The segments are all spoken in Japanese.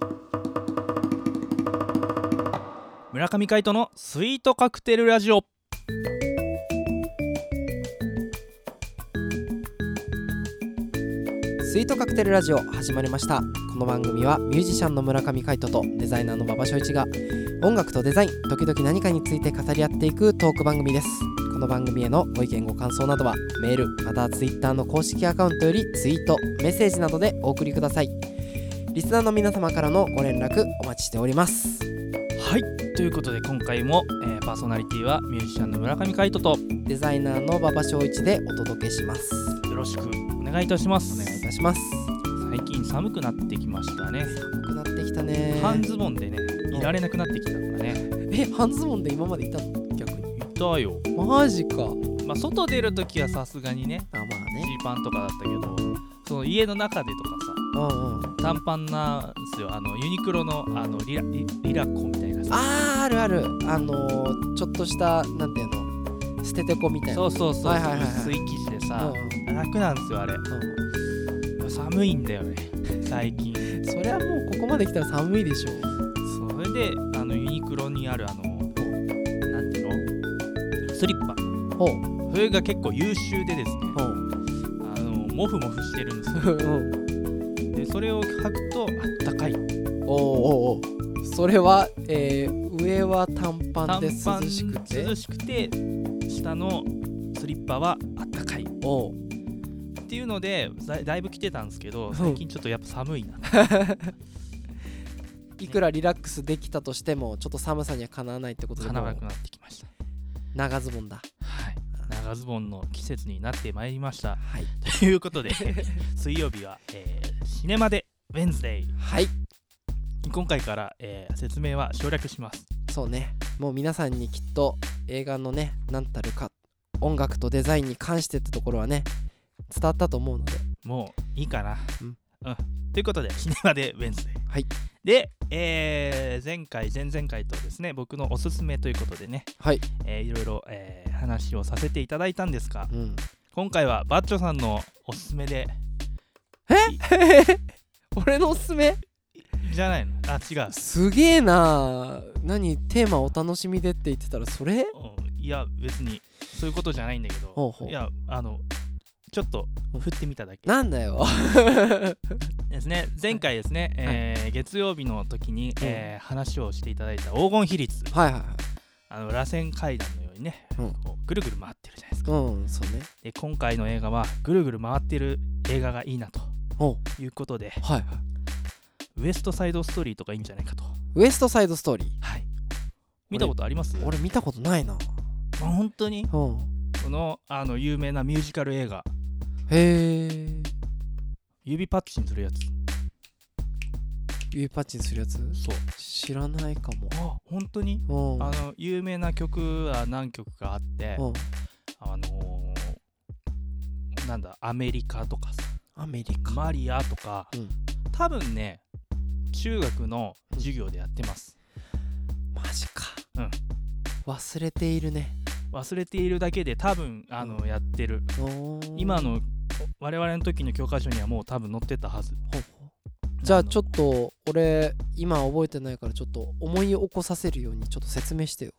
村上海人のスイートカクテルラジオ。 スイートカクテルラジオ始まりました。この番組はミュージシャンの村上海人とデザイナーの馬場翔一が音楽とデザイン、時々何かについて語り合っていくトーク番組です。この番組へのご意見ご感想などはメールまたはツイッターの公式アカウントよりツイート、メッセージなどでお送りください。リスナーの皆様からのご連絡お待ちしております。 はい、ということで今回も、パーソナリティはミュージシャンの村上海人とデザイナーの馬場翔一でお届けします。 よろしくお願いいたします。 お願いいたします。 最近寒くなってきましたね。 寒くなってきたね。 半ズボンでねいられなくなってきたからね。 半ズボンで今までいたの？逆にいたよ。 マジか。 まあ外出るときはさすがにねまあね、 ジーパンとかだったけど、その家の中でとかさ、短パンなんですよ。ユニクロのリラコみたいなさ。 あるある。ちょっとしたなんていうの、捨ててこみたいな。 そう、薄はいい生地でさ、楽なんですよあれ。寒いんだよね最近。 そりゃもうここまで来たら寒いでしょ。 それでユニクロにあるなんていうの、スリッパ。それが結構優秀でですね、モフモフしてるんですよでそれを履くとあったかい。 それは、上は短パンで涼しくて下のスリッパはあったかいっていうのでだいぶ着てたんですけど、最近ちょっとやっぱ寒いな。 いくらリラックスできたとしてもちょっと寒さにはかなわないってことで、 かなわなくなってきました。 長ズボンだ。 はい、長ズボンの季節になってまいりました。 はい、 ということで水曜日は、シネマでウェンズデイ。 はい、 今回から、説明は省略します。 そうね、もう皆さんにきっと映画のね何たるか音楽とデザインに関してってところはね伝わったと思うので、 もういいかな。ということでシネマでウェンズデイ。 はい。 で、前回前々回とですね、僕のおすすめということでね、 はい、 いろいろ、話をさせていただいたんですが、今回はバッチョさんのおすすめで。 俺のおすすめじゃないの？あ、違う。 すげえな。何テーマお楽しみでって言ってたらそれ？ いや別にそういうことじゃないんだけど、いやちょっと振ってみただけなんだよですね。前回ですね、月曜日の時に、話をしていただいた黄金比率、螺旋階段のようにね、こうぐるぐる回ってるじゃないですか。 そうね。 で今回の映画はぐるぐる回ってる映画がいいなということで、ウエストサイドストーリーとかいいんじゃないかと。 ウエストサイドストーリー、 見たことあります？ 俺見たことないな。 本当に？この有名なミュージカル映画。 へえ。 指パッチンするやつ。 指パッチンするやつ？ そう。 知らないかも。 あ、本当に？有名な曲は何曲かあって、なんだ、アメリカとかさ、マリアとか、多分ね中学の授業でやってます。 マジか。忘れているね。 忘れているだけで多分やってる。今の我々の時の教科書にはもう多分載ってたはず。 じゃあちょっと俺今覚えてないからちょっと思い起こさせるようにちょっと説明してよ。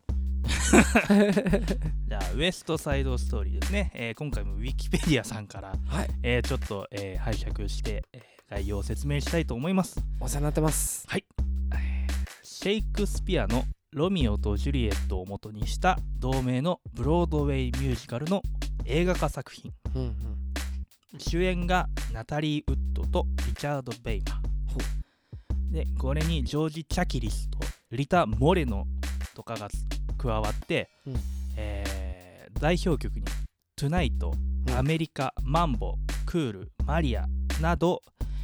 じゃあウエストサイドストーリーですね。今回もウィキペディアさんから、ちょっと、拝借して、概要を説明したいと思います。 お世話になってます。 はい。シェイクスピアのロミオとジュリエットを元にした同名のブロードウェイミュージカルの映画化作品。主演がナタリー・ウッドとリチャード・ベイマーで、これにジョージ・チャキリスとリタ・モレノとかが加わって、代表曲にトゥナイト、アメリカ、マンボ、クール、マリアなど、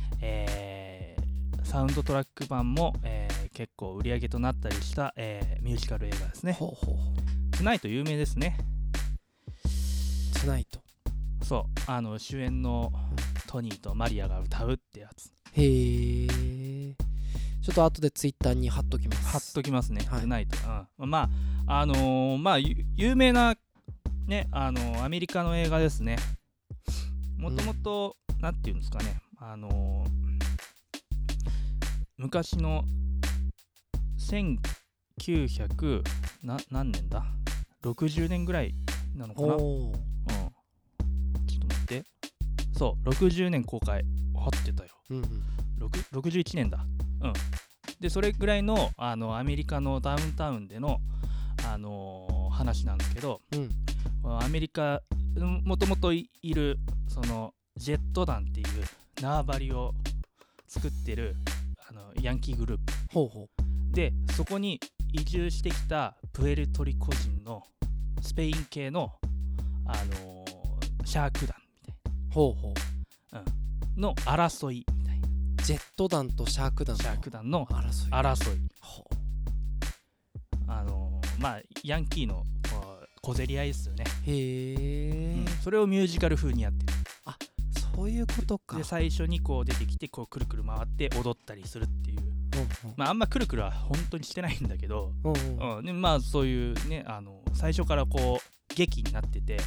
サウンドトラック版も、結構売り上げとなったりした、ミュージカル映画ですね。トゥナイト有名ですね。 トゥナイト、 そう主演のトニーとマリアが歌うってやつ。 へえ。ちょっと後でツイッターに貼っときます。 貼っときますね。トゥナイト。まあ有名なねアメリカの映画ですね。もともとなんていうんですかね、 昔の1900何年だ60年ぐらいなのかな。ちょっと待って、そう60年公開合ってたよ、61年だ。でそれぐらいのアメリカのダウンタウンでの話なんですけど、アメリカもともといるそのジェット団っていう縄張りを作ってるヤンキーグループで、そこに移住してきたプエルトリコ人のスペイン系の、シャーク団みたいな、の争いみたいな。 ジェット団とシャーク団の争い。 まあヤンキーの小競り合いですよね。 へえ、 それをミュージカル風にやってる。 あ、そういうことか。 で最初にこう出てきてこうくるくる回って踊ったりするっていう、まああんまくるくるは本当にしてないんだけど、でまあそういうね最初からこう劇になってて、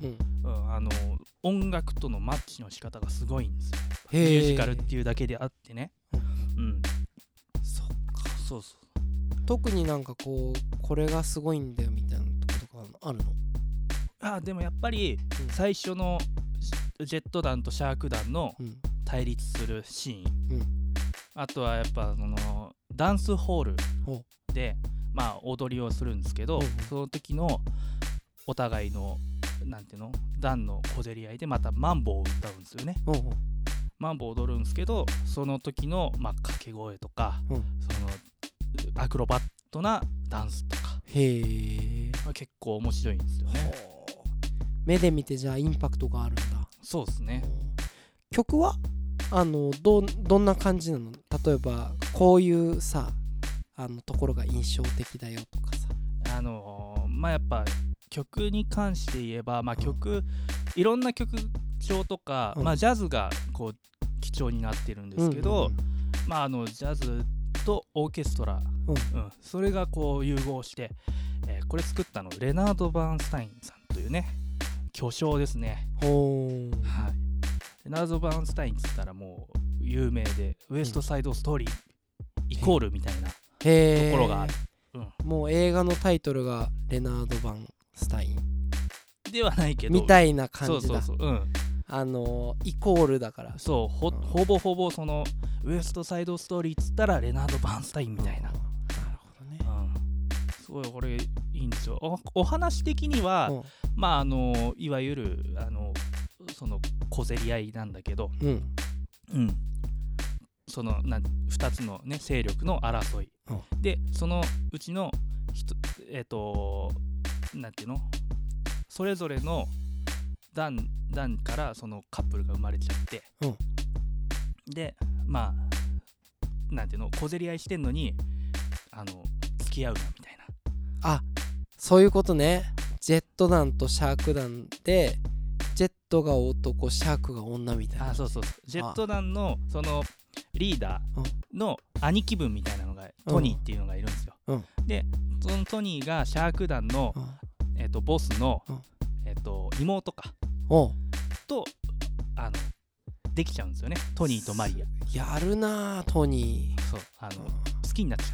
音楽とのマッチの仕方がすごいんですよ。ミュージカルっていうだけであってね。 そっか。 そう。 特になんかこれがすごいんだよみたいなところとかあるの？ でもやっぱり最初のジェット団とシャーク団の対立するシーン、あとはやっぱそのダンスホールでまあ踊りをするんですけど、その時のお互いのなんていうの団の小競り合いでまたマンボを歌うんですよね。マンボを踊るんですけど、その時のまあ掛け声とか、そのアクロバットなダンスとか、結構面白いんですよね。 目で見てじゃあインパクトがあるんだ。 そうですね。 曲はどんな感じなの？例えばこういうさところが印象的だよとかさ。 まあやっぱ曲に関して言えば、まあいろんな曲調とか、まあジャズがこう基調になってるんですけど、まあジャズとオーケストラ、それがこう融合して、これ作ったのレナード・バーンスタインさんというね巨匠ですね。レナード・バーンスタインっつったらもう有名で、ウエストサイドストーリーイコールみたいなところがある。 もう映画のタイトルがレナード・バーンスタインではないけどみたいな感じだ。 そう、 イコールだから。 そう、ほぼほぼそのウエストサイドストーリーっつったらレナード・バーンスタインみたいな。 なるほどね。 すごいこれいいんですよ。お話的には、まあいわゆるその小競り合いなんだけど、その2つのね勢力の争い、でそのうちのなんていうの、それぞれの団からそのカップルが生まれちゃって、でまあなんていうの、小競り合いしてんのに付き合うなみたいな。 あ、そういうことね。ジェット団とシャーク団で、ジェットが男、シャークが女みたいな。 そうジェット団のそのリーダーの兄貴分みたいなのがトニーっていうのがいるんですよ。でそのトニーがシャーク団の、ボスの、妹かとできちゃうんですよね、トニーとマリア。 やるなトニー。 そう好きになっちゃって。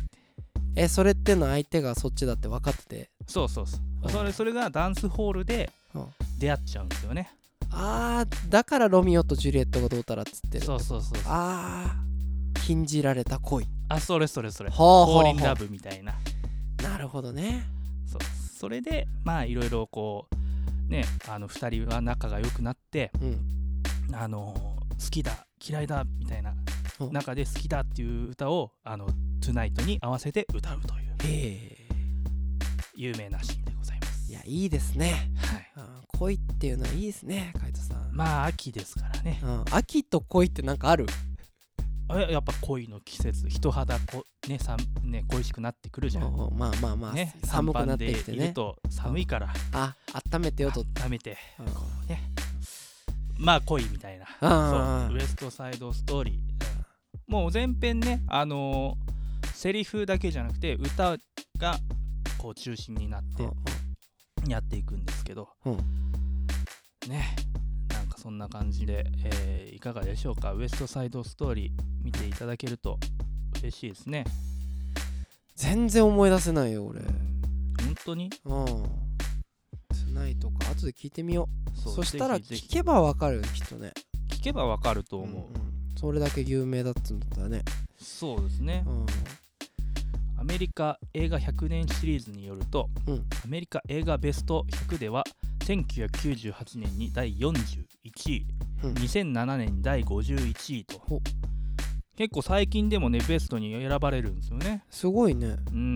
それっての相手がそっちだって分かってて。 そうそれがダンスホールで出会っちゃうんですよね。 だからロミオとジュリエットがどうたらっつってる。 そう禁じられた恋。 それフォーリンラブみたいな。 なるほどね。 それでまあいろいろこうね2人は仲が良くなって、好きだ嫌いだみたいな中で好きだっていう歌をトゥナイトに合わせて歌うという有名なシーンでございます。 いや、いいですね。恋っていうのはいいですね、カイトさん。 まあ秋ですからね。 秋と恋ってなんかある？ やっぱ恋の季節、人肌恋しくなってくるじゃん。 まあ、ね、寒くなってきてね。 いると寒いから温めてよと。 温めてね、まあ恋みたいな。ウエストサイドストーリー、もう前編ねセリフだけじゃなくて歌がこう中心になってやっていくんですけど、ね、なんかそんな感じで、いかがでしょうか。ウエストサイドストーリー見ていただけると嬉しいですね。 全然思い出せないよ俺。 本当に。 トゥナイトか、後で聞いてみよう。 そしたらぜひぜひ聞けばわかる、きっとね。 聞けばわかると思う、 それだけ有名だったんだったらね。 そうですね、アメリカ映画100年シリーズによると、アメリカ映画ベスト100では1998年に第41位、2007年に第51位と、結構最近でもねベストに選ばれるんですよね。 すごいね。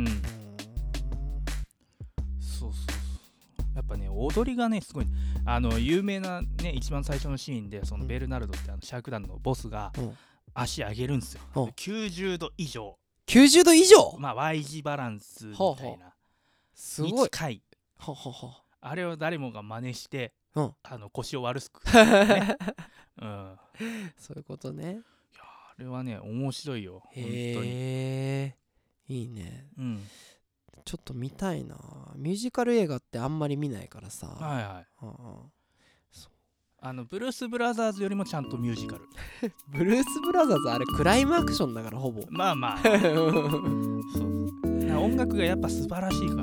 そうやっぱね踊りがねすごい、有名なね一番最初のシーンでそのベルナルドってシャーク団のボスが足上げるんですよ、90度以上。 90度以上、 まあ Y 字バランスみたいなすごい近い。あれを誰もが真似して、腰を悪く、ねそういうことね。 いやあれはね面白いよ本当に。 いいね、ちょっと見たいな。ミュージカル映画ってあんまり見ないからさ。 ブルース・ブラザーズよりもちゃんとミュージカル。 ブルース・ブラザーズあれクライムアクションだからほぼ。 まあそう音楽がやっぱ素晴らしいから、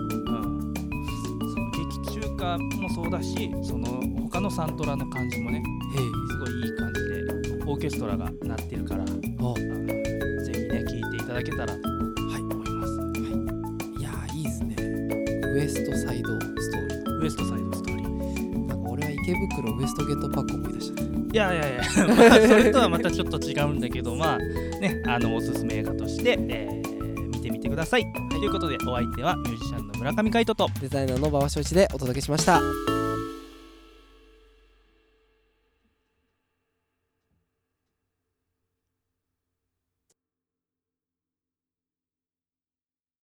劇中歌もそうだし、その他のサントラの感じもねすごいいい感じでオーケストラが鳴ってるから、ぜひね聴いていただけたらと思います。 いやいいですね。ウエストサイドストーリー。 ウエストサイドストーリー。 なんか俺は池袋ウエストゲートパック思い出した。 いやまあ、それとはまたちょっと違うんだけど、まあねおすすめ映画として、見てみてください。ということでお相手はミュージシャンの村上海人とデザイナーの馬場翔一でお届けしました。